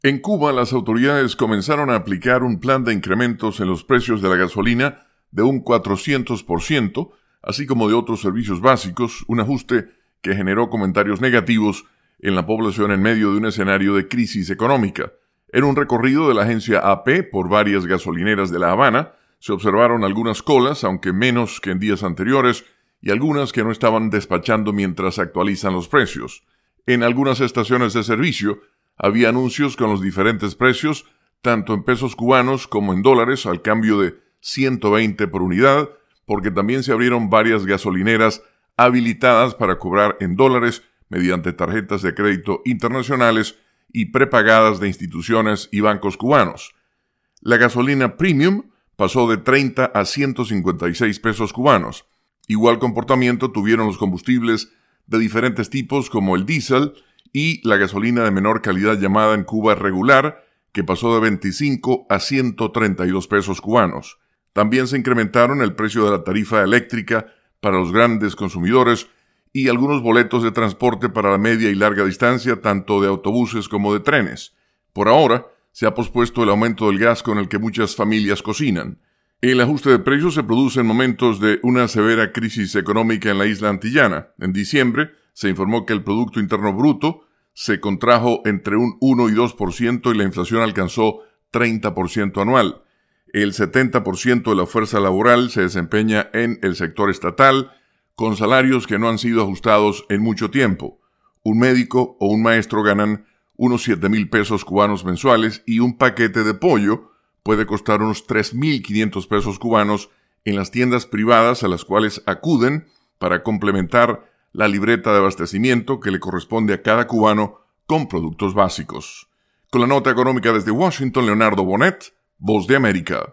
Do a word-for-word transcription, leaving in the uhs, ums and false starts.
En Cuba, las autoridades comenzaron a aplicar un plan de incrementos en los precios de la gasolina de un cuatrocientos por ciento, así como de otros servicios básicos, un ajuste que generó comentarios negativos en la población en medio de un escenario de crisis económica. En un recorrido de la agencia A P por varias gasolineras de La Habana, se observaron algunas colas, aunque menos que en días anteriores, y algunas que no estaban despachando mientras actualizan los precios. En algunas estaciones de servicio, había anuncios con los diferentes precios, tanto en pesos cubanos como en dólares, al cambio de ciento veinte por unidad, porque también se abrieron varias gasolineras habilitadas para cobrar en dólares mediante tarjetas de crédito internacionales y prepagadas de instituciones y bancos cubanos. La gasolina premium pasó de treinta a ciento cincuenta y seis pesos cubanos. Igual comportamiento tuvieron los combustibles de diferentes tipos como el diésel y la gasolina de menor calidad llamada en Cuba regular, que pasó de veinticinco a ciento treinta y dos pesos cubanos. También se incrementaron el precio de la tarifa eléctrica para los grandes consumidores y algunos boletos de transporte para la media y larga distancia, tanto de autobuses como de trenes. Por ahora, se ha pospuesto el aumento del gas con el que muchas familias cocinan. El ajuste de precios se produce en momentos de una severa crisis económica en la isla antillana. En diciembre, se informó que el Producto Interno Bruto se contrajo entre un uno y dos por ciento y la inflación alcanzó treinta por ciento anual. El setenta por ciento de la fuerza laboral se desempeña en el sector estatal, con salarios que no han sido ajustados en mucho tiempo. Un médico o un maestro ganan unos siete mil pesos cubanos mensuales y un paquete de pollo puede costar unos tres mil quinientos pesos cubanos en las tiendas privadas a las cuales acuden para complementar la libreta de abastecimiento que le corresponde a cada cubano con productos básicos. Con la nota económica desde Washington, Leonardo Bonet, Voz de América.